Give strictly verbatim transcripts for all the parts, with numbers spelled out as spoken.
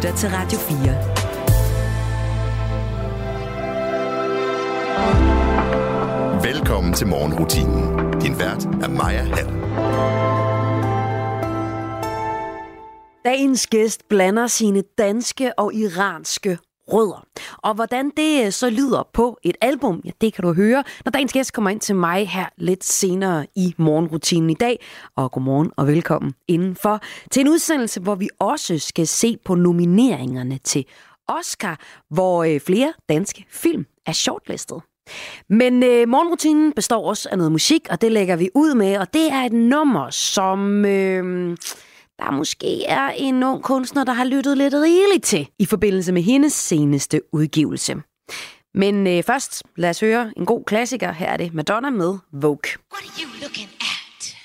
lytter til Radio fire. Velkommen til morgenrutinen. Din vært er Maja Hall. Dagens gæst blander sine danske og iranske rødder. Og hvordan det så lyder på et album, ja, det kan du høre, når dagens gæst kommer ind til mig her lidt senere i morgenrutinen i dag. Og godmorgen og velkommen indenfor til en udsendelse, hvor vi også skal se på nomineringerne til Oscar, hvor flere danske film er shortlistet. Men øh, morgenrutinen består også af noget musik, og det lægger vi ud med, og det er et nummer, som øh, der måske er en ung kunstner, der har lyttet lidt rigeligt til i forbindelse med hendes seneste udgivelse. Men øh, først, lad os høre en god klassiker. Her er det Madonna med Vogue. What are you looking at?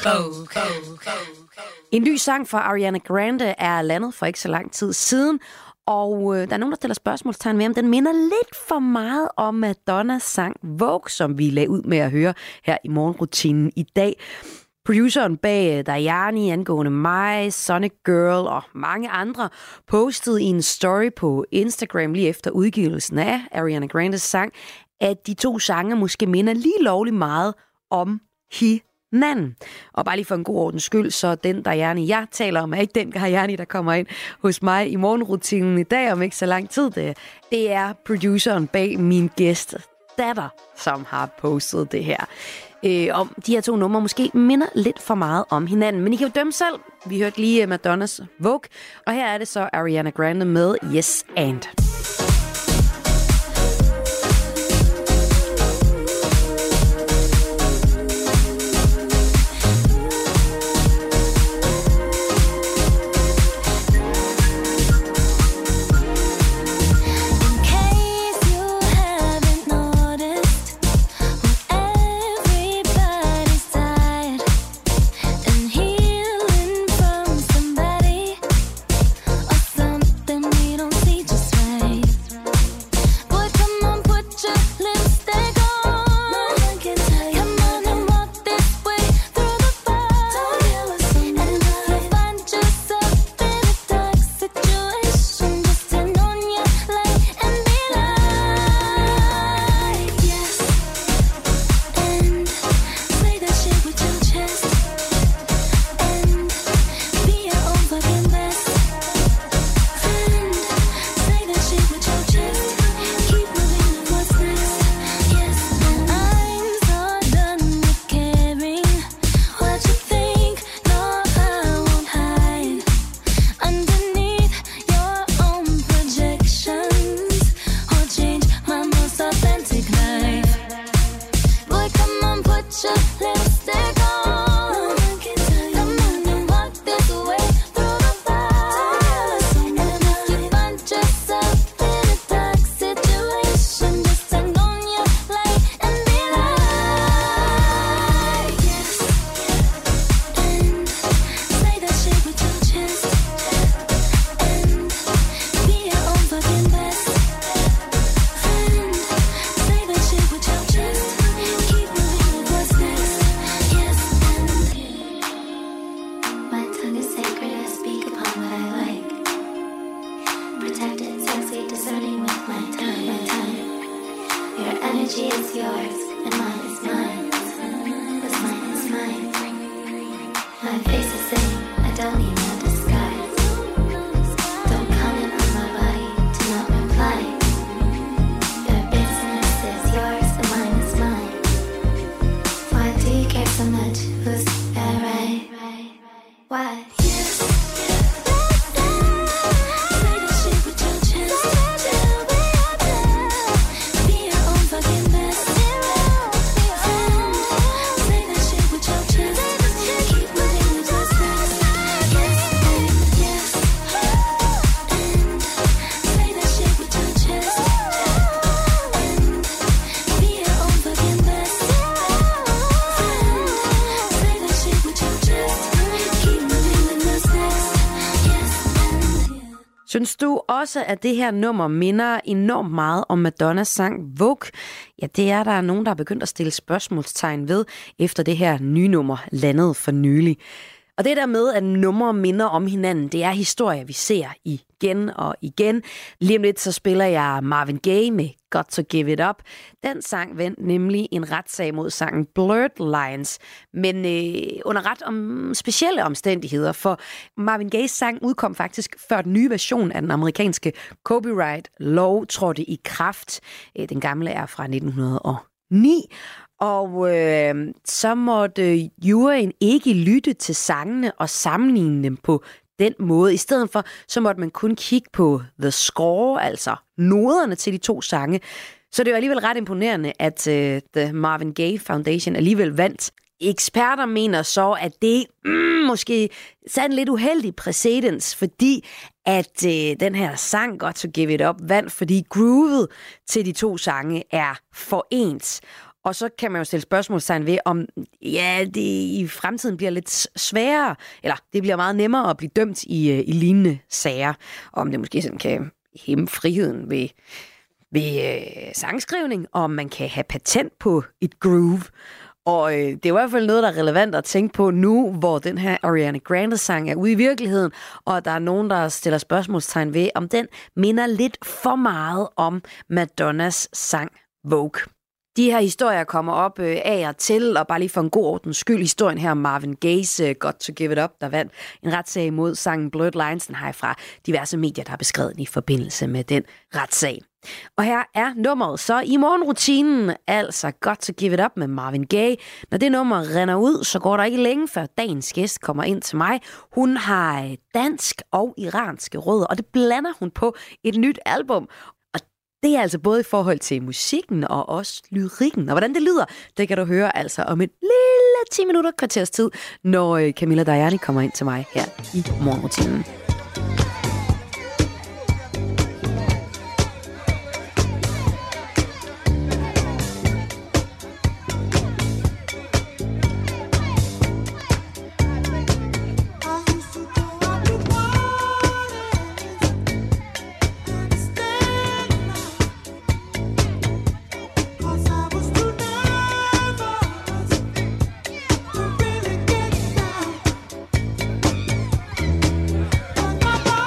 En ny sang fra Ariana Grande er landet for ikke så lang tid siden, og øh, der er nogen, der stiller spørgsmålstegn ved, om den minder lidt for meget om Madonnas sang Vogue, som vi lagde ud med at høre her i morgenrutinen i dag. Produceren bag Dajani, angående mig, Sonic Girl og mange andre postede i en story på Instagram lige efter udgivelsen af Ariana Grandes sang, at de to sange måske minder lige lovligt meget om hinanden. Og bare lige for en god ordens skyld, så den Dajani, jeg taler om, er ikke den Dajani, der kommer ind hos mig i morgenrutinen i dag om ikke så lang tid. Det, det er produceren bag min gæst datter, som har postet det her. Øh, om de her to numre måske minder lidt for meget om hinanden. Men I kan jo dømme selv. Vi hørte lige Madonnas Vogue, og her er det så Ariana Grande med Yes and. Synes du også, at det her nummer minder enormt meget om Madonnas sang Vogue? Ja, det er der nogen, der er begyndt at stille spørgsmålstegn ved, efter det her nye nummer landede for nylig. Og det der med, at numre minder om hinanden, det er historier, vi ser igen og igen. Lige om lidt, så spiller jeg Marvin Gaye med Got to Give It Up. Den sang vendte nemlig en retssag mod sangen Blurred Lines, men øh, under ret om specielle omstændigheder, for Marvin Gayes sang udkom faktisk før den nye version af den amerikanske copyright lov trådte i kraft. Den gamle er fra nitten hundrede og ni. Og øh, så måtte juryen ikke lytte til sangene og sammenligne dem på den måde. I stedet for, så måtte man kun kigge på the score, altså noderne til de to sange. Så det var alligevel ret imponerende, at øh, The Marvin Gaye Foundation alligevel vandt. Eksperter mener så, at det mm, måske er en lidt uheldig præcedens, fordi at øh, den her sang Got to Give It Up vandt, fordi groovet til de to sange er for ens. Og så kan man jo stille spørgsmålstegn ved, om ja, det i fremtiden bliver lidt sværere, eller det bliver meget nemmere at blive dømt i, i lignende sager. Om det måske sådan kan hæmme friheden ved, ved øh, sangskrivning, og om man kan have patent på et groove. Og øh, det er i hvert fald noget, der er relevant at tænke på nu, hvor den her Ariana Grande-sang er ude i virkeligheden, og der er nogen, der stiller spørgsmålstegn ved, om den minder lidt for meget om Madonnas sang Vogue. De her historier kommer op øh, af og til, og bare lige for en god ordens skyld, historien her om Marvin Gaye's uh, Got to Give It Up, der vandt en retssag imod sangen Blurred Lines, den har fra diverse medier, der har beskrevet den i forbindelse med den retssag. Og her er nummeret så i morgenrutinen, altså Got to Give It Up med Marvin Gaye. Når det nummer render ud, så går der ikke længe før dagens gæst kommer ind til mig. Hun har dansk og iranske rødder, og det blander hun på et nyt album. Det er altså både i forhold til musikken og også lyrikken. Og hvordan det lyder, det kan du høre altså om et lille ti minutter kvarters tid, når Camilla Dajani kommer ind til mig her i morgenrutinen. Bye.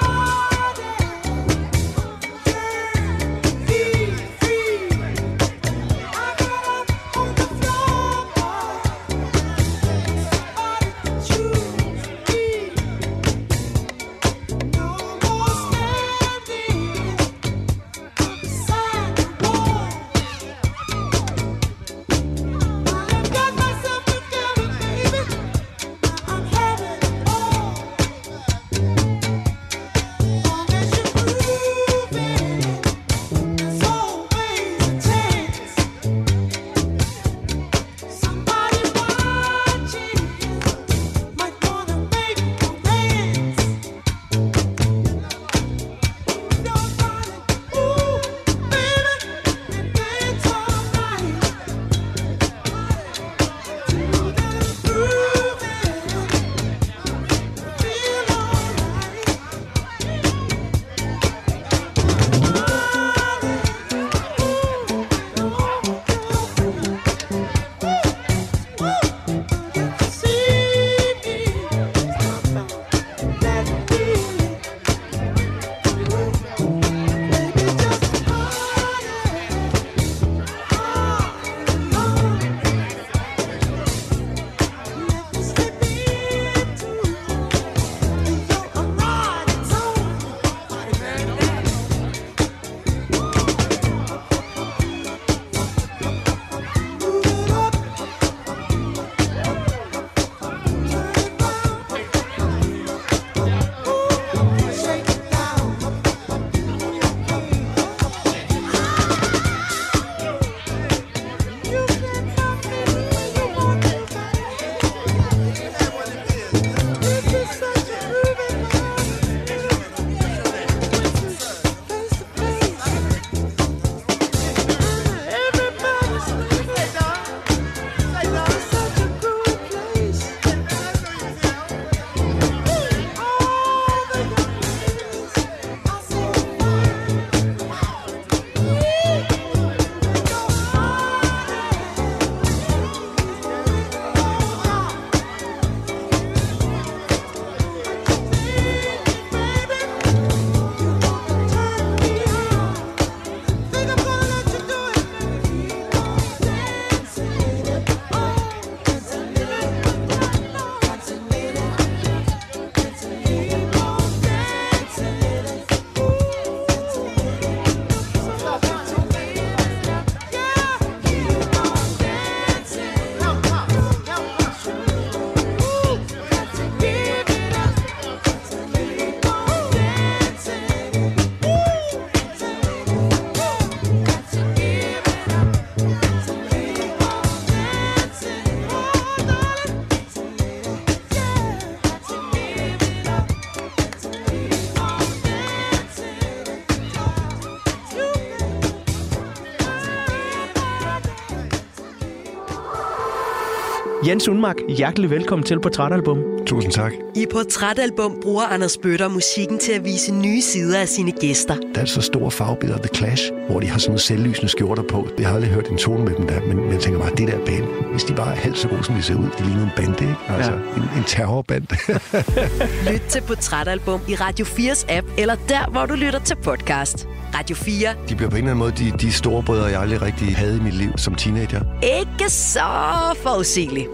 Jens Unmark, hjertelig velkommen til Portrætalbum. Tusind tak. I Portrætalbum bruger Anders Bøtter musikken til at vise nye sider af sine gæster. Der er så store farvebilleder, The Clash, hvor de har sådan nogle selvlysende skjorter på. Jeg har aldrig hørt en tone med dem der, men jeg tænker bare, det der band, hvis de bare er halvt så gode, som de ser ud, det ligner en bande, ikke? Altså ja. en, en terrorband. Lyt til Portrætalbum i Radio fires app, eller der, hvor du lytter til podcast. Radio fire. De bliver på en eller anden måde de, de store brødre, jeg aldrig rigtig havde i mit liv som teenager. Ikke så forudsigeligt.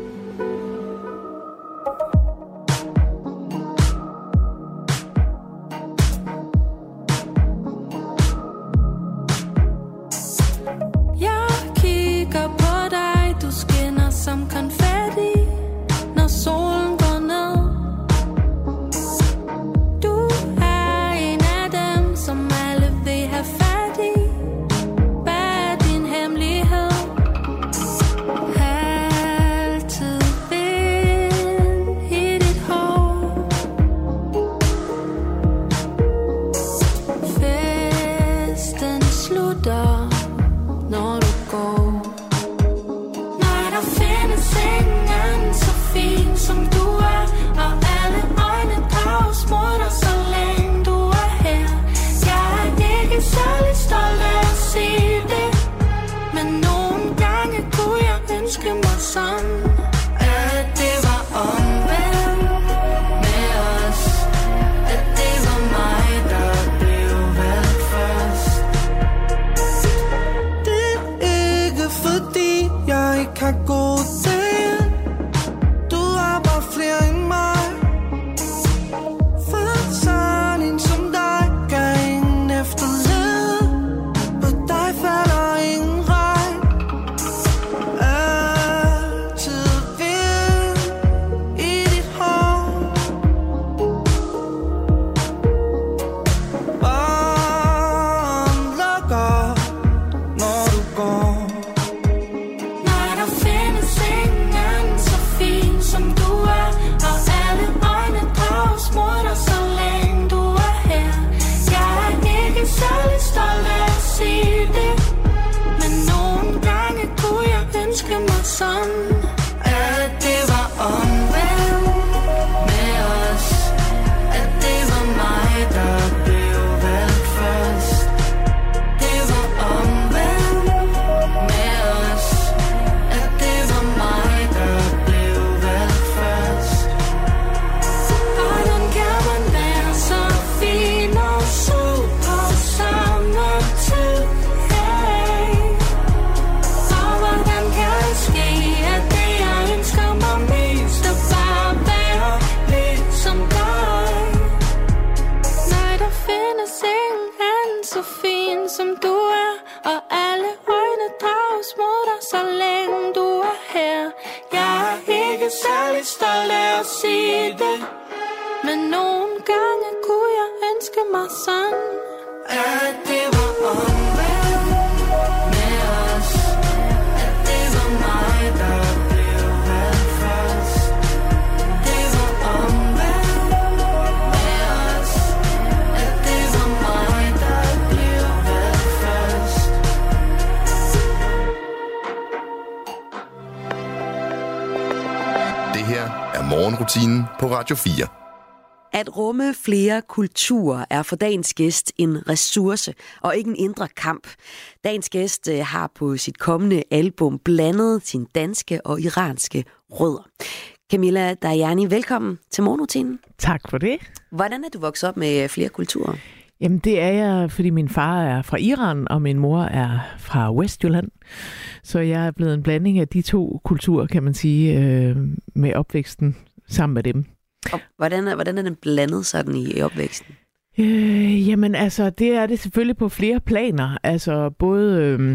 Morgenrutinen på Radio fire. At rumme flere kulturer er for dagens gæst en ressource og ikke en indre kamp. Dagens gæst har på sit kommende album blandet sine danske og iranske rødder. Camilla Dajani, velkommen til Morgenrutinen. Tak for det. Hvordan er du vokset op med flere kulturer? Jamen det er jeg, fordi min far er fra Iran, og min mor er fra Vestjylland. Så jeg er blevet en blanding af de to kulturer, kan man sige, øh, med opvæksten sammen med dem. Og hvordan er, hvordan er den blandet sådan i, i opvæksten? Øh, jamen altså, det er det selvfølgelig på flere planer. Altså både øh,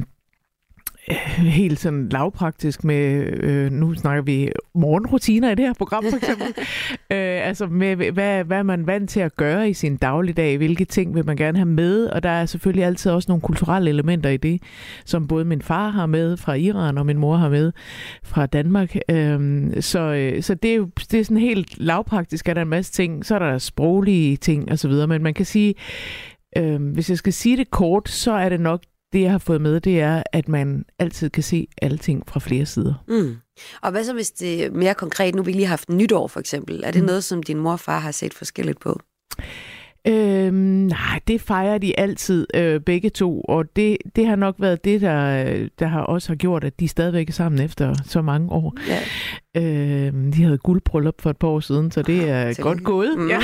helt sådan lavpraktisk med, øh, nu snakker vi morgenrutiner i det her program for eksempel. øh, altså med, hvad, hvad er man vant til at gøre i sin dagligdag? Hvilke ting vil man gerne have med? Og der er selvfølgelig altid også nogle kulturelle elementer i det, som både min far har med fra Iran, og min mor har med fra Danmark. Øh, så så det, er jo, det er sådan helt lavpraktisk, er der en masse ting. Så er der sproglige ting og så videre. Men man kan sige, øh, hvis jeg skal sige det kort, så er det nok det, jeg har fået med, det er, at man altid kan se alting fra flere sider. Mm. Og hvad så, hvis det er mere konkret? Nu har vi lige haft nytår, for eksempel. Er det mm. noget, som din mor og far har set forskelligt på? Øhm, nej, det fejrer de altid øh, begge to, og det, det har nok været det, der, der har også har gjort, at de stadigvæk er sammen efter så mange år. Ja. Øhm, de havde guldbryllup for et par år siden, så det er til godt gået. Mm. Ja.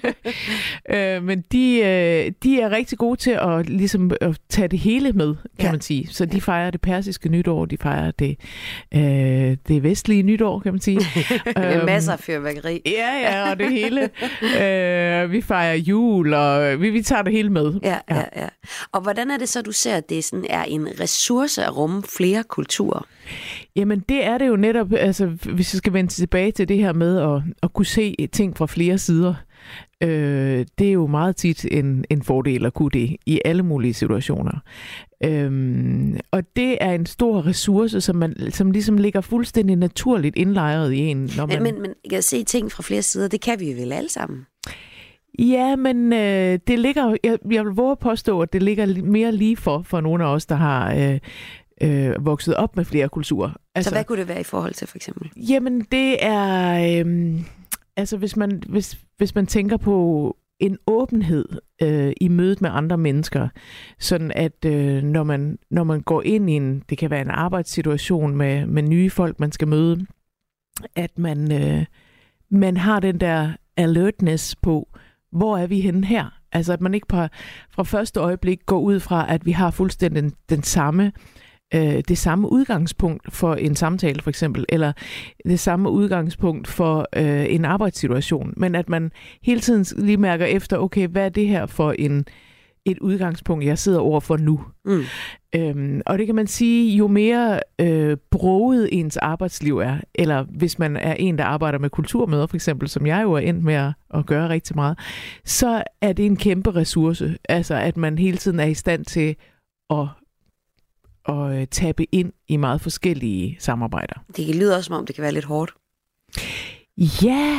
øh, men de, øh, de er rigtig gode til at, ligesom, at tage det hele med, kan ja. man sige. Så de fejrer det persiske nytår, de fejrer det, øh, det vestlige nytår, kan man sige. Med masser af fyrværkeri. Ja, ja, og det hele. øh, vi fejrer jul, og vi, vi tager det hele med. Ja, ja, ja, ja. Og hvordan er det så, du ser, at det sådan er en ressource at rumme flere kulturer? Jamen, det er det jo netop, altså, hvis jeg skal vende tilbage til det her med at, at kunne se ting fra flere sider. Øh, det er jo meget tit en, en fordel at kunne det i alle mulige situationer. Øhm, og det er en stor ressource, som, man, som ligesom ligger fuldstændig naturligt indlejret i en. Når man... Men, men, men kan se ting fra flere sider, det kan vi jo vel alle sammen? Ja, men øh, det ligger, jeg, jeg vil våge at påstå, at det ligger mere lige for, for nogle af os, der har øh, øh, vokset op med flere kulturer. Altså, så hvad kunne det være i forhold til, for eksempel? Jamen, det er, øh, altså hvis man, hvis, hvis man tænker på en åbenhed øh, i mødet med andre mennesker, sådan at øh, når, man, når man går ind i en, det kan være en arbejdssituation med, med nye folk, man skal møde, at man, øh, man har den der alertness på, hvor er vi henne her? Altså, at man ikke fra, fra første øjeblik går ud fra, at vi har fuldstændig den, den samme, øh, det samme udgangspunkt for en samtale, for eksempel, eller det samme udgangspunkt for øh, en arbejdssituation, men at man hele tiden lige mærker efter, okay, hvad er det her for en, et udgangspunkt, jeg sidder over for nu? Mm. Øhm, og det kan man sige, jo mere øh, broget ens arbejdsliv er, eller hvis man er en, der arbejder med kulturmøder, for eksempel, som jeg jo er endt med at, at gøre rigtig meget, så er det en kæmpe ressource, altså at man hele tiden er i stand til at, at tabe ind i meget forskellige samarbejder. Det lyder også, som om det kan være lidt hårdt. Ja,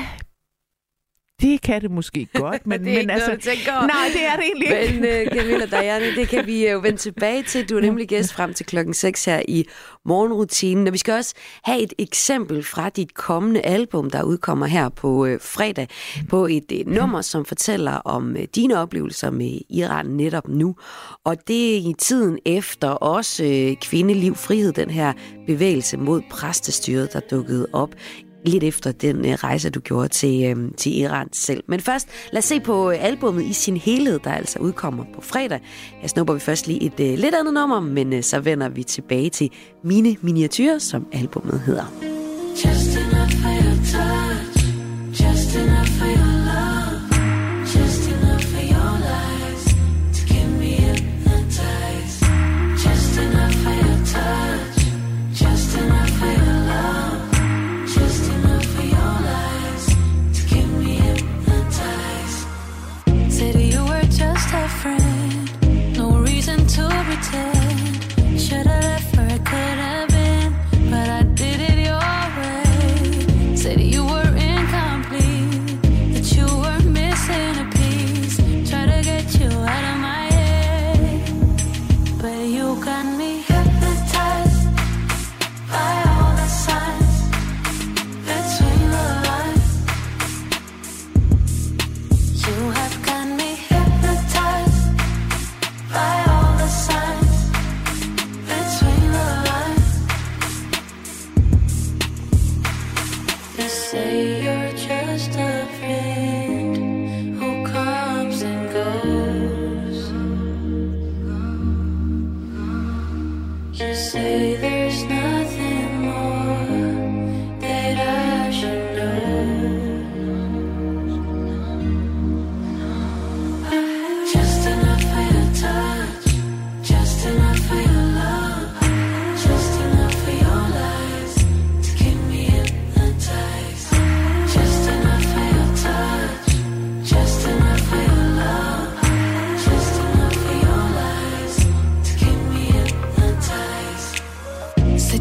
det kan det måske godt, men, det er men ikke altså, noget, du tænker. Nej, det er det egentlig ikke. Men uh, Camilla Dajani, det kan vi jo vende tilbage til. Du er nemlig gæst frem til klokken seks her i morgenrutinen. Og vi skal også have et eksempel fra dit kommende album, der udkommer her på uh, fredag, på et uh, nummer, som fortæller om uh, dine oplevelser med Iran netop nu. Og det er i tiden efter også uh, kvindeliv, frihed, den her bevægelse mod præstestyret, der dukkede op lidt efter den uh, rejse, du gjorde til, uh, til Iran selv. Men først, lad os se på uh, albummet i sin helhed, der altså udkommer på fredag. Her snupper vi først lige et uh, lidt andet nummer, men uh, så vender vi tilbage til Mine Miniatyrer, som albummet hedder. Just enough for your touch, just enough for your love, just enough for your lies, to get me hypnotized. Just enough for your touch, just enough for your love, just enough for your lies, to get me hypnotized. Said you were just a friend, no reason to pretend. Should've left where it could have been, but I did it your way. Said you were incomplete, that you were missing a piece. Try to get you out of my head, but you got me hypnotized by all the signs between the lines. You have got me hypnotized by all the signs between the lines. You say you're just a friend who comes and goes. You say there's nothing more that I should know. Just enough for your touch, just enough for your love, just enough for your lies, to keep me hypnotized. Just enough for your touch, just enough for your love, just enough for your lies, to keep me hypnotized.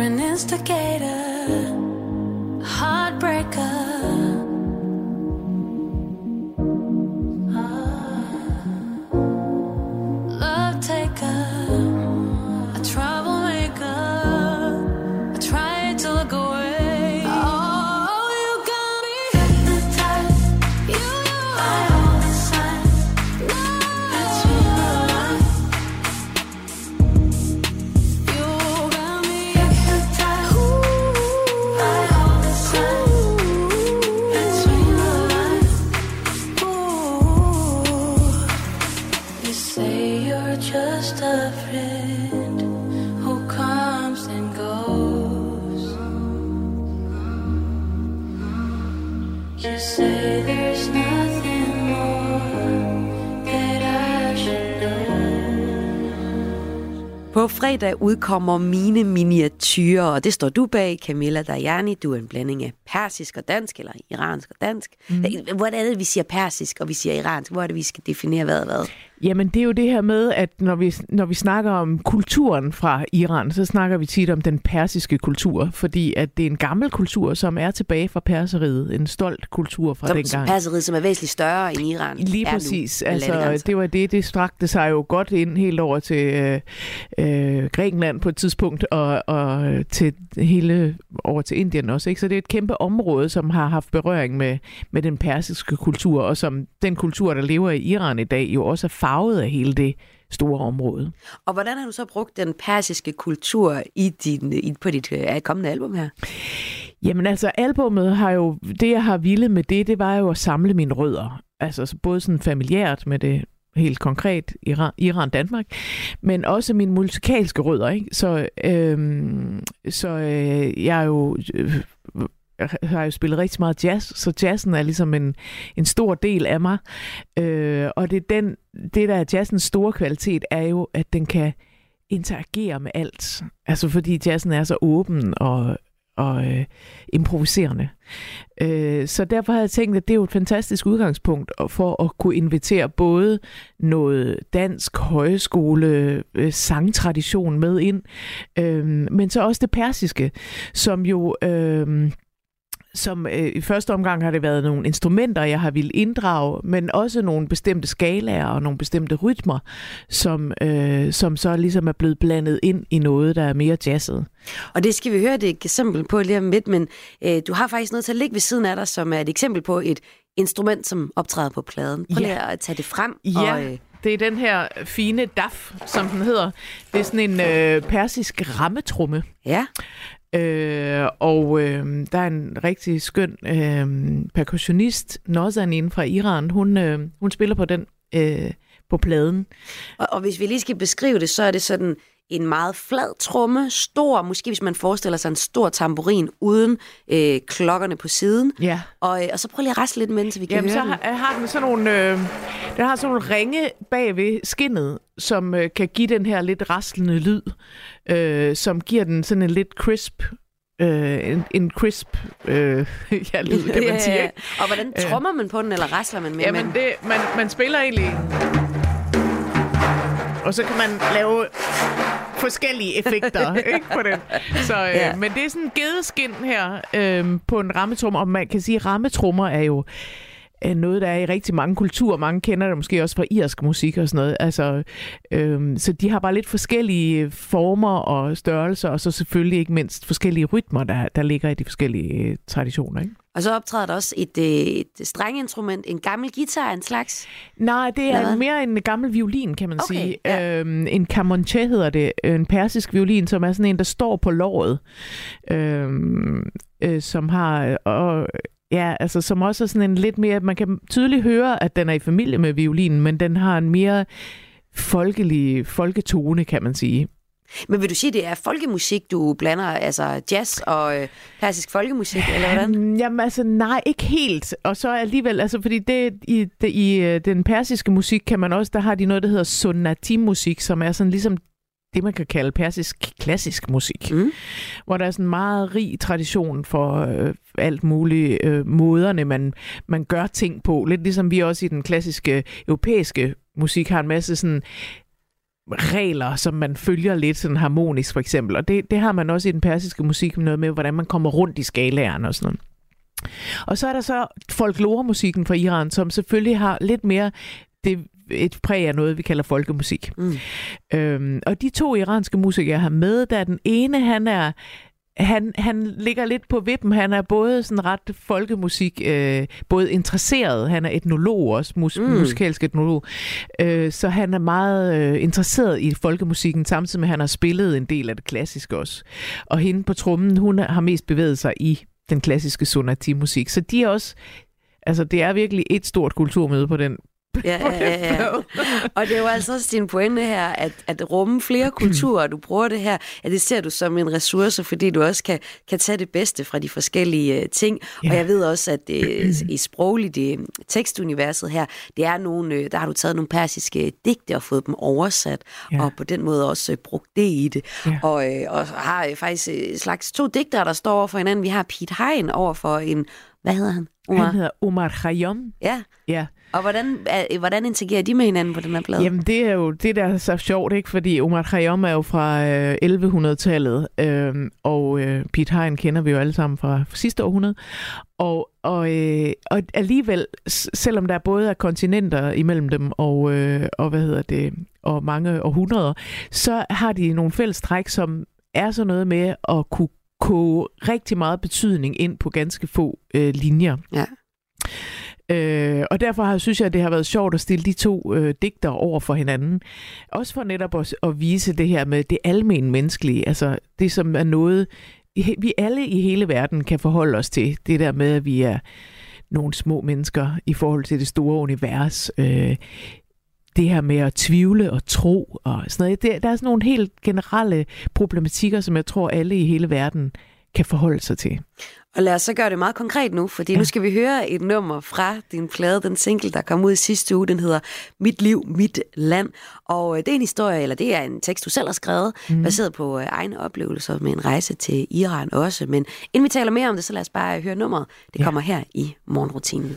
an instigator, a heartbreaker. På fredag udkommer Mine Miniatyrer, og det står du bag, Camilla Dajani. Du er en blanding af persisk og dansk, eller iransk og dansk. Mm. Hvor er det, vi siger persisk, og vi siger iransk? Hvor er det, vi skal definere hvad og hvad? Jamen, det er jo det her med, at når vi, når vi snakker om kulturen fra Iran, så snakker vi tit om den persiske kultur, fordi at det er en gammel kultur, som er tilbage fra Perseriet. En stolt kultur fra som, dengang. Perseriet, som er væsentligt større end Iran. Lige præcis. Nu, altså, det var det, det strakte sig jo godt ind helt over til øh, øh, Grækenland på et tidspunkt, og, og til hele over til Indien også. Ikke? Så det er et kæmpe område, som har haft berøring med, med den persiske kultur, og som den kultur, der lever i Iran i dag, jo også er farvet af hele det store område. Og hvordan har du så brugt den persiske kultur i din, i, på dit uh, kommende album her? Jamen altså, albummet har jo, det jeg har villet med det, det var jo at samle mine rødder. Altså både sådan familiært med det helt konkret Iran, Iran Danmark, men også mine musikalske rødder, ikke? Så, øhm, så øh, jeg er jo... Øh, Jeg har jo spillet rigtig meget jazz, så jazzen er ligesom en, en stor del af mig. Øh, og det, den, det, der er jazzens store kvalitet, er jo, at den kan interagere med alt. Altså fordi jazzen er så åben og, og øh, improviserende. Øh, så derfor har jeg tænkt, at det er jo et fantastisk udgangspunkt for at kunne invitere både noget dansk højskole, øh, sangtradition med ind, øh, men så også det persiske, som jo... Øh, som øh, i første omgang har det været nogle instrumenter, jeg har ville inddrage, men også nogle bestemte skalaer og nogle bestemte rytmer, som, øh, som så ligesom er blevet blandet ind i noget, der er mere jazzet. Og det skal vi høre et eksempel på lige om lidt, men øh, du har faktisk noget til at ligge ved siden af dig, som er et eksempel på et instrument, som optræder på pladen. Prøv lige ja. at tage det frem. Ja. Og, øh... Det er den her fine daf, som den hedder. Det er sådan en øh, persisk rammetrumme. Ja. Øh, og øh, der er en rigtig skøn øh, percussionist, Nazanin fra Iran. Hun, øh, hun spiller på den øh, på pladen. Og, og hvis vi lige skal beskrive det, så er det sådan en meget flad tromme, stor, måske hvis man forestiller sig en stor tamburin uden øh, klokkerne på siden. Ja. Og, øh, og så prøv lige at rasle lidt med den, så vi kan Jamen, høre så den. har, har den sådan nogle, øh, den har sådan nogle ringe bag ved skindet, som øh, kan give den her lidt raslende lyd, øh, som giver den sådan en lidt crisp, øh, en, en crisp øh, ja, lyd, kan man sige. Ja, ja. Og hvordan trommer man på den, eller rasler man med Jamen, den? det, man, man spiller egentlig... Og så kan man lave forskellige effekter ikke, på den. Så, øh, ja. Men det er sådan en gedeskin her øh, på en rammetrumme, og man kan sige, at rammetrummer er jo øh, noget, der er i rigtig mange kulturer. Mange kender det måske også fra irsk musik og sådan noget. Altså, øh, så de har bare lidt forskellige former og størrelser, og så selvfølgelig ikke mindst forskellige rytmer, der, der ligger i de forskellige øh, traditioner, ikke? Og så optræder der også et, et strenginstrument, en gammel guitar en slags? Nej, det er Hvad? mere en gammel violin, kan man okay, sige. Ja. Øhm, en kamonche hedder det. En persisk violin, som er sådan en, der står på låret. Øhm, øh, som har... Og, ja, altså som også er sådan en lidt mere... Man kan tydeligt høre, at den er i familie med violinen, men den har en mere folkelig folketone, kan man sige. Men vil du sige, det er folkemusik, du blander, altså jazz og øh, persisk folkemusik, eller hvordan? Jamen altså, nej, ikke helt. Og så alligevel, altså fordi det, i, det, i den persiske musik kan man også, der har de noget, der hedder sunnati-musik, som er sådan ligesom det, man kan kalde persisk klassisk musik. Mm. Hvor der er sådan en meget rig tradition for øh, alt muligt øh, måderne, man, man gør ting på. Lidt ligesom vi også i den klassiske europæiske musik har en masse sådan regler, som man følger lidt sådan harmonisk for eksempel. Og det, det har man også i den persiske musik, noget med, hvordan man kommer rundt i skalaerne og sådan noget. Og så er der så folkloremusikken fra Iran, som selvfølgelig har lidt mere det, et præg af noget, vi kalder folkemusik. Mm. Øhm, og de to iranske musikere har med, der den ene, han er Han, han ligger lidt på vippen. Han er både sådan ret folkemusik, øh, både interesseret, han er etnolog også, mus- mm. musikalsk etnolog, øh, så han er meget øh, interesseret i folkemusikken, samtidig med, at han har spillet en del af det klassiske også. Og hende på trommen, hun har mest bevæget sig i den klassiske sonati-musik. Så de er også, altså det er virkelig et stort kulturmøde på den. Ja, ja, ja, ja. Og det er jo altså også din pointe her, at, at rumme flere kulturer, du bruger det her, at det ser du som en ressource, fordi du også kan, kan tage det bedste fra de forskellige uh, ting. Ja. Og jeg ved også, at uh, i sprogligt uh, tekstuniverset her, det er nogle, uh, der har du taget nogle persiske digte og fået dem oversat, ja. Og på den måde også uh, brugt det i det. Ja. Og, uh, og har uh, faktisk uh, slags to digtere, der står over for hinanden. Vi har Piet Hein over for en, hvad hedder han? Omar. Han hedder Omar Khayyam. Ja. Ja. Og hvordan, hvordan interagerer de med hinanden på den her plade? Jamen, det er jo det, der er så sjovt, ikke? Fordi Omar Khayyam er jo fra øh, elleve hundrede-tallet, øh, og øh, Piet Hein kender vi jo alle sammen fra sidste århundrede. Og, og, øh, og alligevel, selvom der både er kontinenter imellem dem, og, øh, og, hvad hedder det, og mange århundreder, så har de nogle fælles træk, som er så noget med at kunne koge rigtig meget betydning ind på ganske få øh, linjer. Ja. Øh, og derfor har, synes jeg, at det har været sjovt at stille de to øh, digter over for hinanden. Også for netop at, at vise det her med det almen menneskelige. Altså det, som er noget, vi alle i hele verden kan forholde os til. Det der med, at vi er nogle små mennesker i forhold til det store univers. Øh, det her med at tvivle og tro og sådan noget. Det, der er sådan nogle helt generelle problematikker, som jeg tror, alle i hele verden kan forholde sig til. Og lad os så gøre det meget konkret nu, fordi ja. Nu skal vi høre et nummer fra din plade, den single, der kom ud i sidste uge. Den hedder Mit liv, mit land. Og det er en historie, eller det er en tekst, du selv har skrevet, mm. baseret på egne oplevelser med en rejse til Iran også. Men inden vi taler mere om det, så lad os bare høre nummeret. Det ja. Kommer her i morgenrutinen.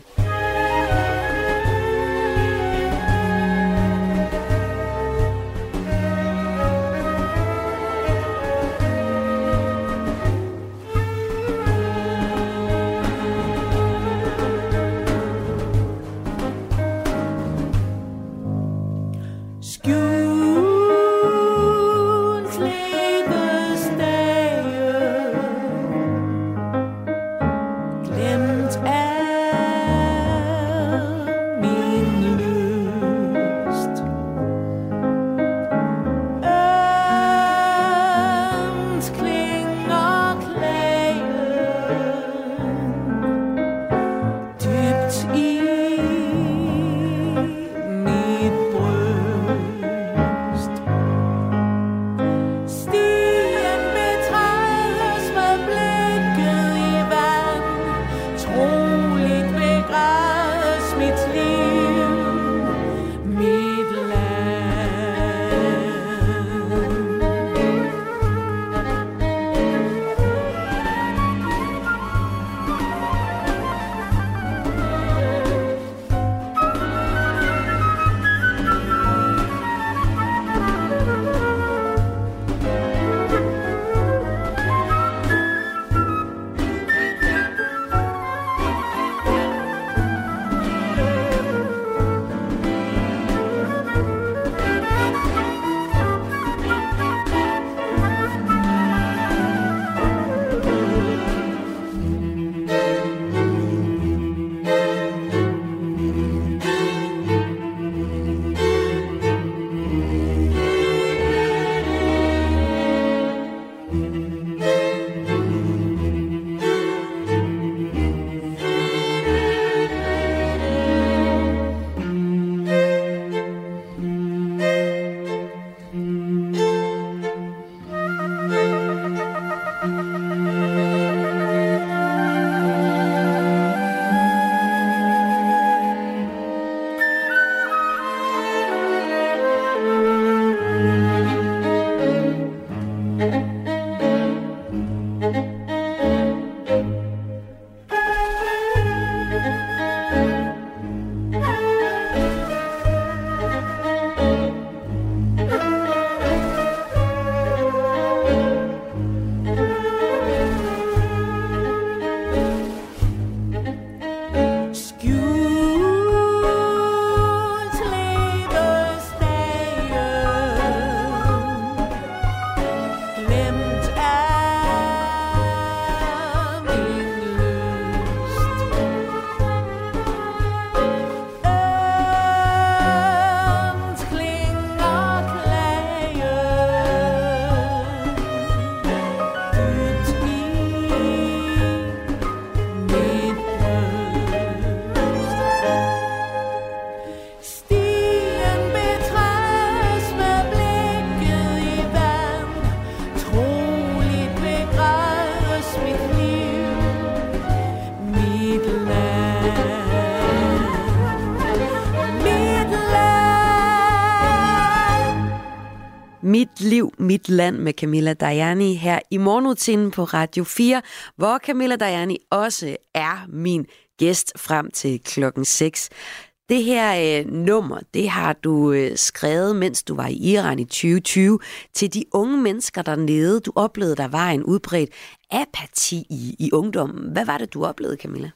Mit liv, mit land med Camilla Dajani her i morgenrutinen på Radio fire, hvor Camilla Dajani også er min gæst frem til klokken seks. Det her øh, nummer, det har du øh, skrevet, mens du var i Iran i tyve tyve, til de unge mennesker dernede. Du oplevede, der var en udbredt apati i, i ungdommen. Hvad var det, du oplevede, Camilla?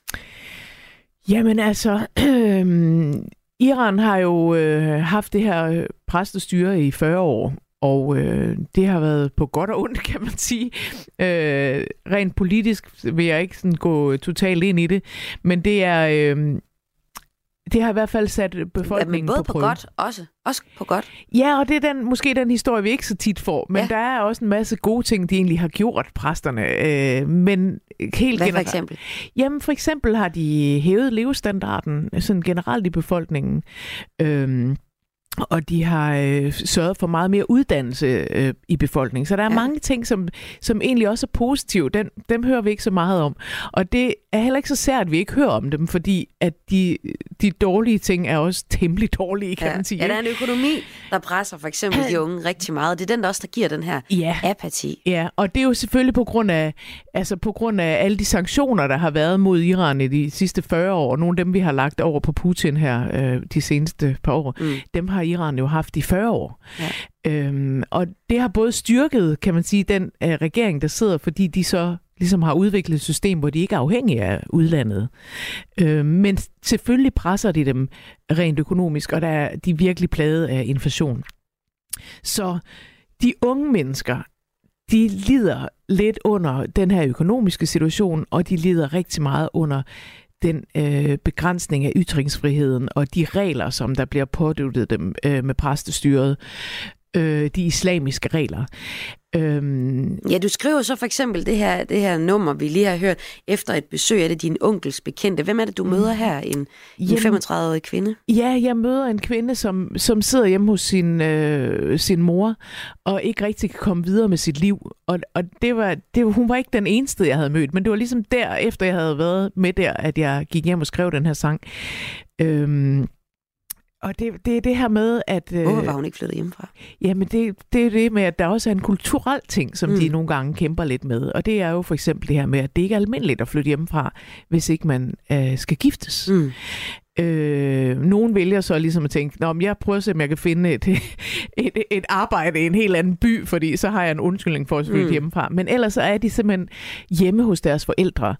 Jamen altså, øh, Iran har jo øh, haft det her præstestyre i fyrre år, og øh, det har været på godt og ondt, kan man sige. Øh, rent politisk vil jeg ikke sådan gå totalt ind i det, men det er... Øh, Det har i hvert fald sat befolkningen ja, på prøve. Både på godt også. Også på godt. Ja, og det er den, måske den historie, vi ikke så tit får. Men ja. Der er også en masse gode ting, de egentlig har gjort, præsterne. Øh, men helt Hvad generelt, for eksempel? Jamen for eksempel har de hævet levestandarden sådan generelt i befolkningen. Øh, Og de har øh, sørget for meget mere uddannelse øh, i befolkningen. Så der er ja. mange ting, som, som egentlig også er positive. Den, dem hører vi ikke så meget om. Og det er heller ikke så sært, at vi ikke hører om dem, fordi at de, de dårlige ting er også temmelig dårlige, kan ja. man sige. Ja, der er en økonomi, der presser for eksempel de unge rigtig meget. Det er den, der også der giver den her ja. apati. Ja, og det er jo selvfølgelig på grund af, altså på grund af alle de sanktioner, der har været mod Iran i de sidste fyrre år. Nogle af dem, vi har lagt over på Putin her øh, de seneste par år, mm. dem har Iran jo haft i fyrre år. Ja. Øhm, og det har både styrket, kan man sige, den øh, regering, der sidder, fordi de så ligesom har udviklet et system, hvor de ikke er afhængige af udlandet. Øhm, men selvfølgelig presser de dem rent økonomisk, og der er de virkelig plaget af inflation. Så de unge mennesker, de lider lidt under den her økonomiske situation, og de lider rigtig meget under den øh, begrænsning af ytringsfriheden og de regler, som der bliver påduttet dem øh, med præstestyret, øh, de islamiske regler. Øhm... Ja, du skriver så for eksempel det her, det her nummer, vi lige har hørt, efter et besøg af det din onkels bekendte. Hvem er det, du møder her? En, en femogtredive-årig kvinde? Ja, jeg møder en kvinde, som, som sidder hjemme hos sin, øh, sin mor, og ikke rigtig kan komme videre med sit liv. Og, og det var, det, hun var ikke den eneste, jeg havde mødt, men det var ligesom der, efter jeg havde været med der, at jeg gik hjem og skrev den her sang. Øhm... Og det, det er det her med, at... Hvorfor var hun ikke flyttet hjemmefra? Jamen, det, det er det med, at der også er en kulturel ting, som mm. de nogle gange kæmper lidt med. Og det er jo for eksempel det her med, at det ikke er almindeligt at flytte hjemmefra, hvis ikke man øh, skal giftes. Mm. Øh, nogen vælger så ligesom at tænke, nå, men jeg prøver at se, om jeg kan finde et, et, et arbejde i en helt anden by, fordi så har jeg en undskyldning for at flytte mm. hjemmefra. Men ellers så er de simpelthen hjemme hos deres forældre.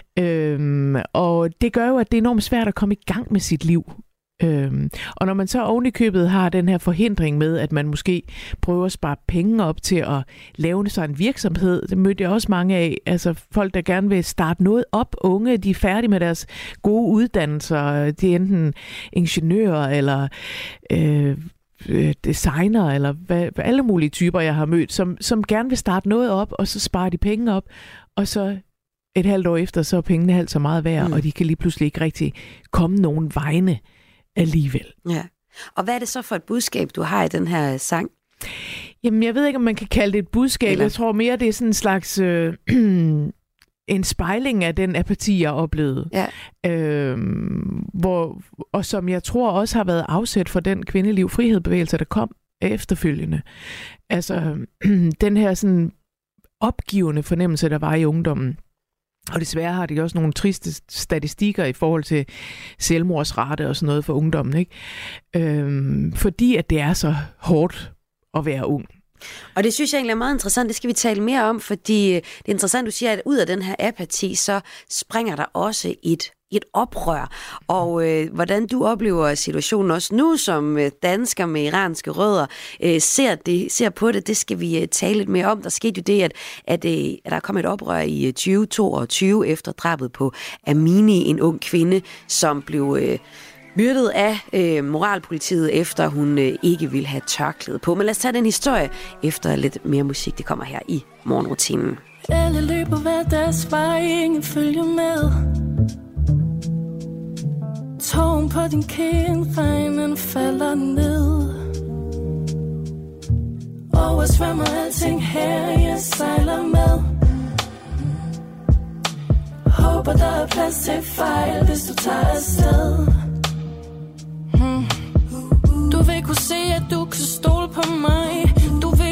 Øh, og det gør jo, at det er enormt svært at komme i gang med sit liv. Øhm, og når man så oven i købet har den her forhindring med, at man måske prøver at spare penge op til at lave sig en virksomhed, det mødte jeg også mange af, altså folk, der gerne vil starte noget op, unge, de er færdige med deres gode uddannelser, de er enten ingeniører eller øh, designer, eller hvad, alle mulige typer, jeg har mødt, som, som gerne vil starte noget op, og så sparer de penge op, og så et halvt år efter, så er pengene halvt så meget værd, mm. og de kan lige pludselig ikke rigtig komme nogen vegne alligevel. Ja. Og hvad er det så for et budskab, du har i den her sang? Jamen, jeg ved ikke, om man kan kalde det et budskab. Eller? Jeg tror mere, det er sådan en slags øh, en spejling af den apati, jeg oplevede. Ja. Øhm, hvor, og som jeg tror også har været afsæt for den kvindeliv frihedsbevægelse, der kom efterfølgende. Altså, den her sådan opgivende fornemmelse, der var i ungdommen. Og desværre har de også nogle triste statistikker i forhold til selvmordsrate og sådan noget for ungdommen, ikke? Øhm, fordi at det er så hårdt at være ung. Og det synes jeg egentlig er meget interessant, det skal vi tale mere om, fordi det er interessant, du siger, at ud af den her apati, så springer der også et, et oprør. Og øh, hvordan du oplever situationen også nu, som dansker med iranske rødder, øh, ser, det, ser på det, det skal vi øh, tale lidt mere om. Der skete jo det, at, at, øh, at der kom et oprør i tyve toogtyve efter drabet på Amini, en ung kvinde, som blev... Øh, myrdet af øh, moralpolitiet, efter hun øh, ikke ville have tørklæde på. Men lad os tage den historie efter lidt mere musik. Det kommer her i morgenrutinen. Alle løber hver deres vej, ingen følger med. Tågen på din kind, regnen falder ned. Oversvømmer alting her, jeg sejler med. Håber der er plads til fejl, hvis du tager afsted. Du vil kunne se, at du kan stole på mig. Du vil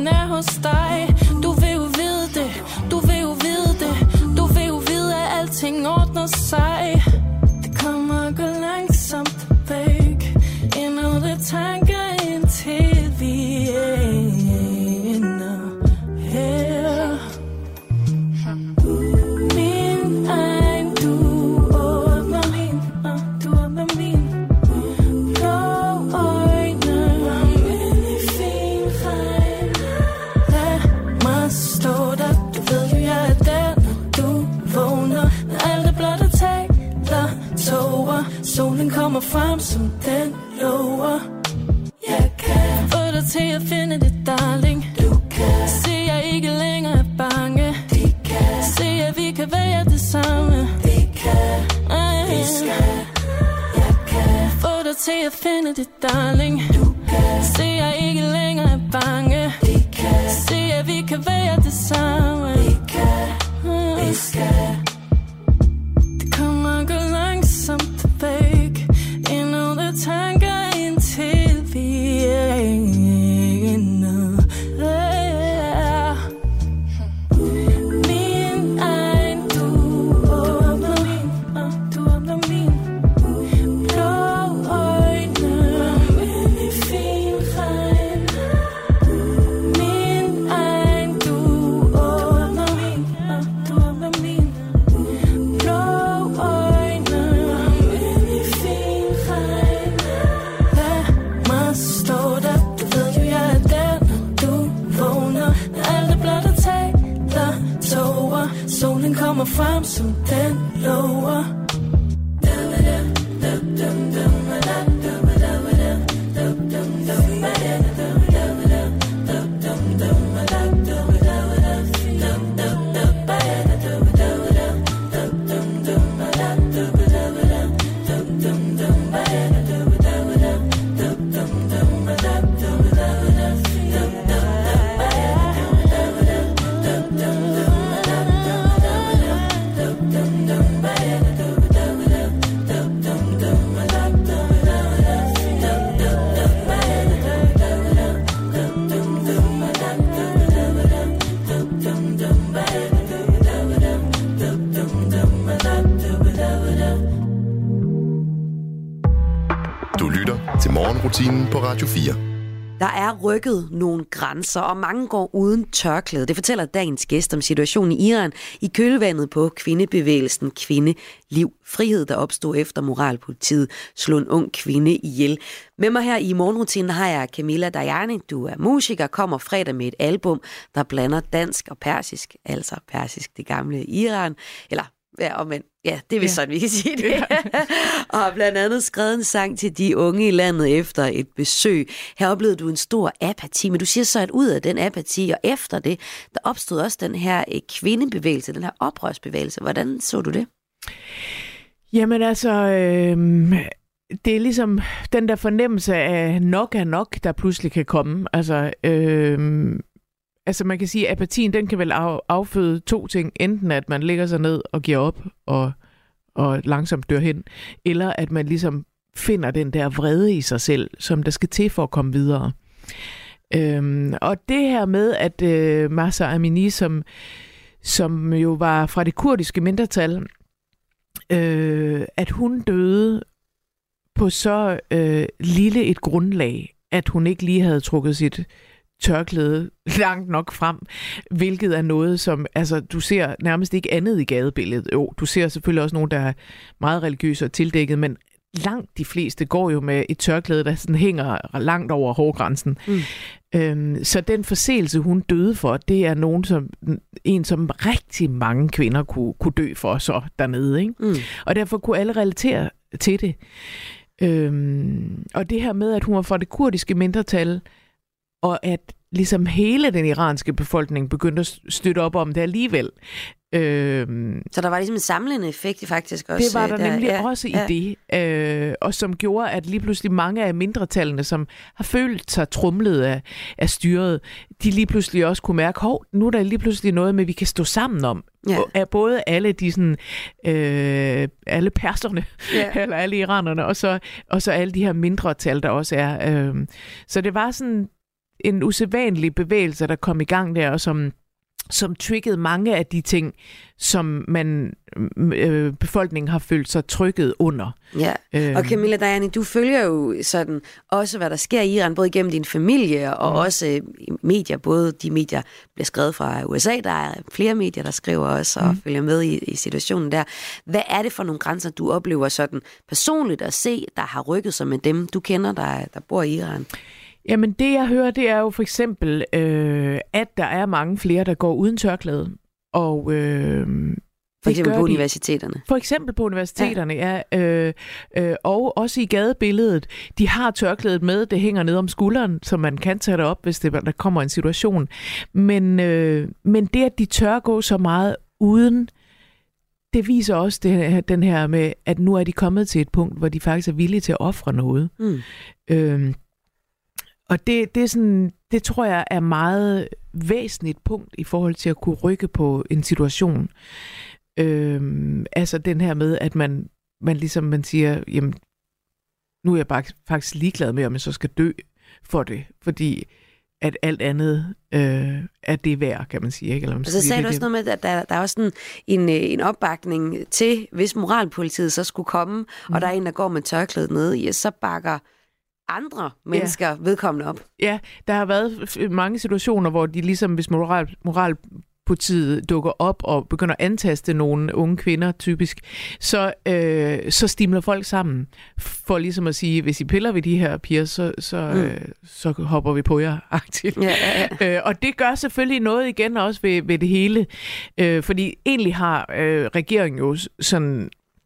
den er hos dig. Du vil jo vide det, du vil jo vide det. Du vil jo vide, at alting ordner sig. Det kommer og går langsomt væk. Endnu det tanker indtil vi ender her. Min egen, du åbner min, og du åbner min. Blå øjne, ind i fin regn. Lad mig stå der, du ved jo jeg er der, når du vågner. Når alt er blot og taler, tåger. Solen kommer frem, som den lover. Jeg kan få dig til at finde det, darling. Du kan se, jeg ikke længere er bange. De kan se, at vi kan være det samme. Vi kan, vi skal. Jeg kan få dig til at finde det, darling. Du kan se, jeg ikke længere er bange. De kan se, at vi kan være det samme. Vi kan, vi skal. Det kommer og går langsomt væk. Endnu det tanker indtil vi ender her. Min egen, du åbner min, og du åbner min. Blå øjne, ind i fin regn. Min egen, du åbner min, og du åbner min. Blå øjne, ind i fin regn. Lad mig stå der, du ved jo jeg er der, når du vågner. Når alt er blot og taler, tåger. Solen kommer frem, som den lover. Du lytter til Morgenrutinen på Radio fire. Der er rykket nogle grænser, og mange går uden tørklæde. Det fortæller dagens gæst om situationen i Iran i kølvandet på kvindebevægelsen Kvinde, Liv, Frihed, der opstod efter moralpolitiet slog en ung kvinde ihjel. Med mig her i Morgenrutinen har jeg Camilla Dayani. Du er musiker, kommer fredag med et album, der blander dansk og persisk, altså persisk, det gamle Iran, eller ja, og men, ja, det er vist ja. Sådan, vi kan sige det. Ja. Og har blandt andet skrevet en sang til de unge i landet efter et besøg. Her oplevede du en stor apati, men du siger så, at ud af den apati, og efter det, der opstod også den her kvindebevægelse, den her oprørsbevægelse. Hvordan så du det? Jamen altså, øh, det er ligesom den der fornemmelse af nok er nok, der pludselig kan komme. Altså, øh, Altså man kan sige, at apatien, den kan vel afføde to ting. Enten at man lægger sig ned og giver op og, og langsomt dør hen, eller at man ligesom finder den der vrede i sig selv, som der skal til for at komme videre. Øhm, og det her med, at øh, Mahsa Amini, som, som jo var fra det kurdiske mindretal, øh, at hun døde på så øh, lille et grundlag, at hun ikke lige havde trukket sit tørklæde langt nok frem, hvilket er noget, som, altså, du ser nærmest ikke andet i gadebilledet. Jo, du ser selvfølgelig også nogen, der er meget religiøse og tildækket, men langt de fleste går jo med et tørklæde, der sådan hænger langt over hårgrænsen. Mm. Øhm, så den forseelse, hun døde for, det er nogen, som, en, som rigtig mange kvinder kunne, kunne dø for så dernede. Ikke? Mm. Og derfor kunne alle relatere til det. Øhm, og det her med, at hun var fra det kurdiske mindretal, og at ligesom hele den iranske befolkning begyndte at støtte op om det alligevel. Øhm, så der var ligesom en samlende effekt faktisk også? Det var der, der nemlig ja, også ja. i det, øh, og som gjorde, at lige pludselig mange af mindretallene, som har følt sig trumlet af, af styret, de lige pludselig også kunne mærke, hov, nu er der lige pludselig noget med, vi kan stå sammen om. Ja. Af både alle de sådan, øh, alle perserne, ja. eller alle iranerne, og så, og så alle de her mindretal, der også er. Øh, så det var sådan en usædvanlig bevægelse, der kom i gang der, og som, som triggede mange af de ting, som man øh, befolkningen har følt sig trykket under. Ja, Øhm. og Camilla Dajani, du følger jo sådan også, hvad der sker i Iran, både igennem din familie og mm. også øh, medier, både de medier bliver skrevet fra U S A, der er flere medier, der skriver også og mm. følger med i, i situationen der. Hvad er det for nogle grænser, du oplever sådan personligt at se, der har rykket sig med dem, du kender, der, der bor i Iran? Jamen det, jeg hører, det er jo for eksempel, øh, at der er mange flere, der går uden tørklæde. Og, øh, for eksempel på de, universiteterne. For eksempel på universiteterne, ja. ja øh, øh, og også i gadebilledet. De har tørklædet med, det hænger ned om skulderen, så man kan tage det op, hvis det, der kommer en situation. Men, øh, men det, at de tør gå så meget uden, det viser også det, den her med, at nu er de kommet til et punkt, hvor de faktisk er villige til at ofre noget. Mm. Øh, Og det, det, er sådan, det tror jeg er meget væsentligt punkt i forhold til at kunne rykke på en situation. Øhm, altså den her med, at man, man ligesom man siger, jamen, nu er jeg bare faktisk ligeglad med, om jeg så skal dø for det, fordi at alt andet øh, er det værd, kan man sige. Ikke? Eller, og så sagde du også noget med, at der, der er også sådan en, en opbakning til, hvis moralpolitiet så skulle komme, mm. og der er en, der går med tørklædet nede, ja, så bakker andre mennesker ja. vedkommende op. Ja, der har været mange situationer, hvor de ligesom, hvis moral, moralpolitiet dukker op og begynder at antaste nogle unge kvinder, typisk, så, øh, så stimler folk sammen for ligesom at sige, hvis I piller ved de her piger, så, så, mm. øh, så hopper vi på jer aktivt. Ja, ja, ja. Øh, og det gør selvfølgelig noget igen også ved, ved det hele, øh, fordi egentlig har øh, regeringen jo sådan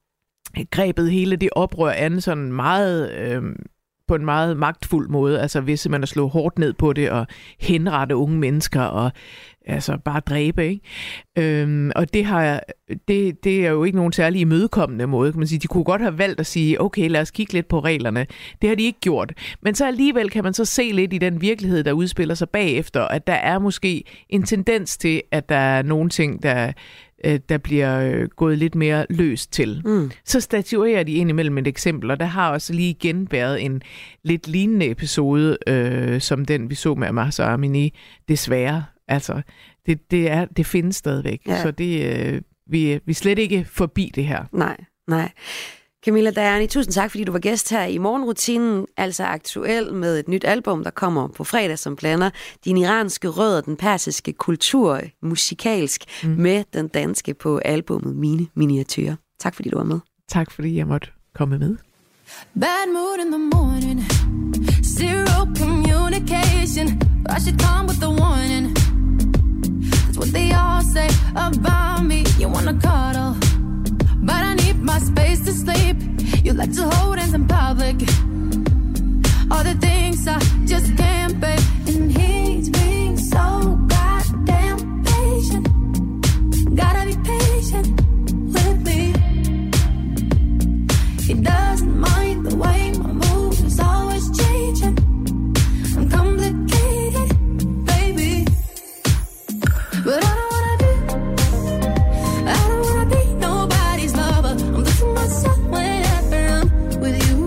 grebet hele det oprør an sådan meget øh, på en meget magtfuld måde, altså hvis man at slå hårdt ned på det og henrette unge mennesker og altså bare dræbe, ikke? Øhm, og det har det, det er jo ikke nogen særlig imødekommende måde, kan man sige. De kunne godt have valgt at sige, okay, lad os kigge lidt på reglerne. Det har de ikke gjort. Men så alligevel kan man så se lidt i den virkelighed, der udspiller sig bagefter, at der er måske en tendens til, at der er nogle ting, der der bliver gået lidt mere løst til. Mm. Så statuerer de indimellem et eksempel, og der har også lige igen været en lidt lignende episode, øh, som den, vi så med Mahsa Amini, desværre. Altså, det, det, er, det findes stadigvæk. Ja. Så det, øh, vi, vi er slet ikke forbi det her. Nej, nej. Camilla Dajani, tusind tak, fordi du var gæst her i Morgenrutinen, altså aktuel med et nyt album, der kommer på fredag, som blander din iranske rødder, den persiske kultur, musikalsk, mm. med den danske på albummet Mine Miniatyrer. Tak, fordi du var med. Tak, fordi jeg måtte komme med. Bad mood in the morning, zero communication, I should come with the warning. That's what they all say about me, you wanna cuddle, but I need my space to sleep. You like to hold hands in public, all the things I just can't bear. And he's being so goddamn patient, gotta be patient with me. He doesn't mind the way my mood is always changing. I'm complicated, baby, but I don't wanna be, I don't wanna be nobody's lover. I'm losing myself whenever I'm with you.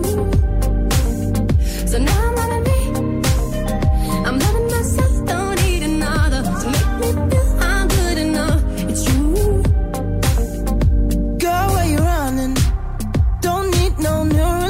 So now I'm loving me, I'm loving myself, don't need another to make me feel I'm good enough. It's true. Girl, where you running? Don't need no neural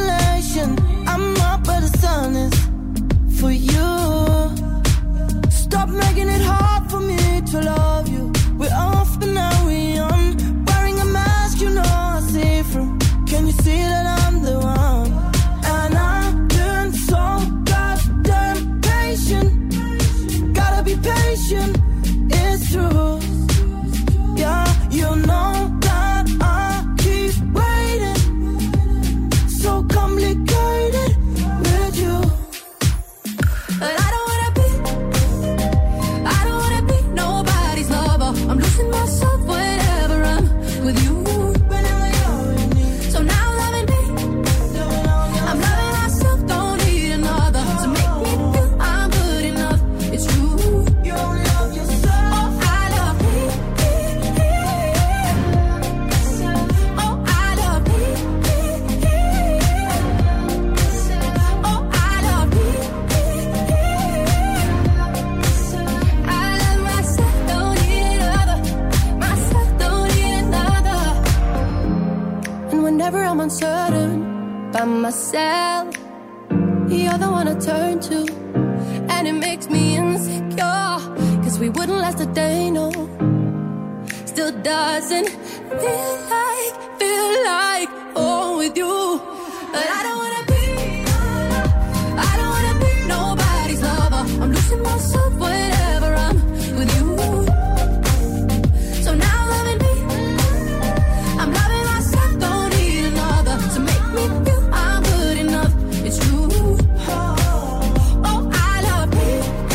I'm uncertain by myself, you're the one I turn to, and it makes me insecure, cause we wouldn't last a day, no. Still doesn't feel like, feel like home with you. But I don't wanna be, I don't wanna be nobody's lover. I'm losing myself whenever I'm with you. So now I'm loving me, I'm loving myself, don't need another. So make me feel I'm good enough, it's true. Oh, I love me.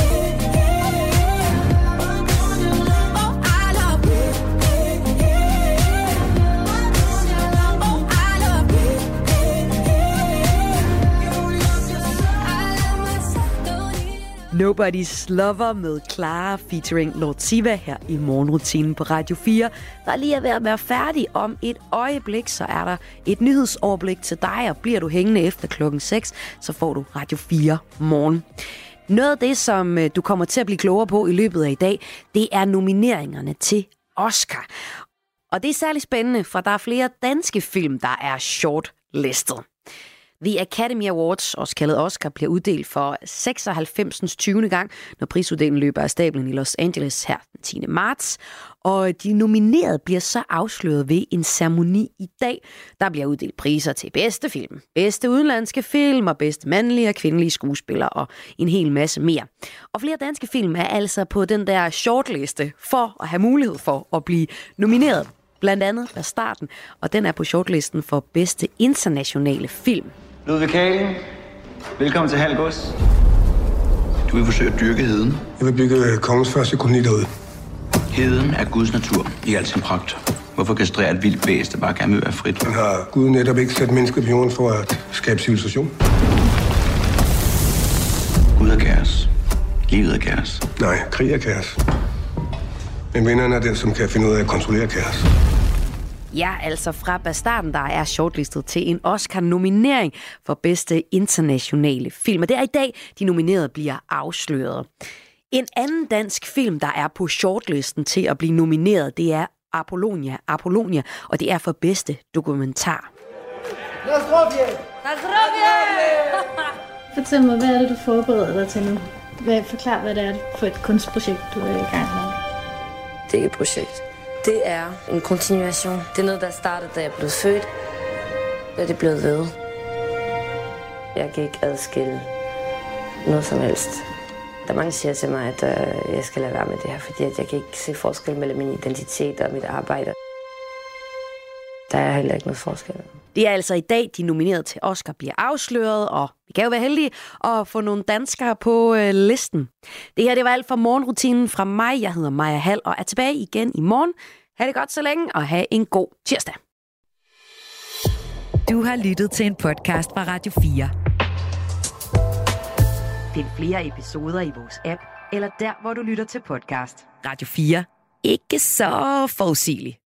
Oh, I love me. Oh, I love me. I love myself, don't need Nobody's Lover med Clara featuring Lord Siva her i morgenrutinen på Radio fire. Der er lige ved at være færdig om et øjeblik, så er der et nyhedsoverblik til dig, og bliver du hængende efter klokken seks, så får du Radio fire morgen. Noget af det, som du kommer til at blive klogere på i løbet af i dag, det er nomineringerne til Oscar. Og det er særlig spændende, for der er flere danske film, der er shortlistet. The Academy Awards, også kaldet Oscar, bliver uddelt for seksoghalvfems tyvende gang, når prisuddelingen løber af stablen i Los Angeles her den tiende marts. Og de nominerede bliver så afsløret ved en ceremoni i dag. Der bliver uddelt priser til bedste film, bedste udenlandske film og bedste mandlige og kvindelige skuespillere og en hel masse mere. Og flere danske film er altså på den der shortliste for at have mulighed for at blive nomineret. Blandt andet Bastarden, og den er på shortlisten for bedste internationale film. Ludvig Kalen, velkommen til Halv Gods. Du vil forsøge at dyrke heden. Jeg vil bygge kongens første koloni derude. Heden er Guds natur i al sin pragt. Hvorfor kastrere et vildt bæst, der bare gerne vil være frit? Men har Gud netop ikke sat mennesker på jorden for at skabe civilisation? Gud er kaos. Livet er kaos. Nej, krig er kaos. Men vinderen er den, som kan finde ud af at kontrollere kaos. Ja, altså fra Bastarden, der er shortlistet til en Oscar-nominering for bedste internationale film. Og det er i dag, de nominerede bliver afsløret. En anden dansk film, der er på shortlisten til at blive nomineret, det er Apollonia, Apollonia, og det er for bedste dokumentar. Fortæl mig, hvad er det, du forbereder dig til nu? Hvad, forklar, hvad det er for et kunstprojekt, du er i gang med. Det er ikke et projekt. Det er en kontinuation. Det er noget, der startede, da jeg blev født. Da det blev ved. Jeg kan ikke adskille noget som helst. Der mange siger til mig, at øh, jeg skal lade være med det her, fordi at jeg kan ikke se forskel mellem min identitet og mit arbejde. Der er heller ikke noget forskel. Det er altså i dag, de nominerede til Oscar bliver afsløret, og vi kan jo være heldige at få nogle danskere på øh, listen. Det her, det var alt for morgenrutinen fra mig. Jeg hedder Maja Hall og er tilbage igen i morgen. Ha' det godt så længe, og have en god tirsdag. Du har lyttet til en podcast fra Radio fire. Find flere episoder i vores app, eller der, hvor du lytter til podcast. Radio fire. Ikke så forudsigeligt.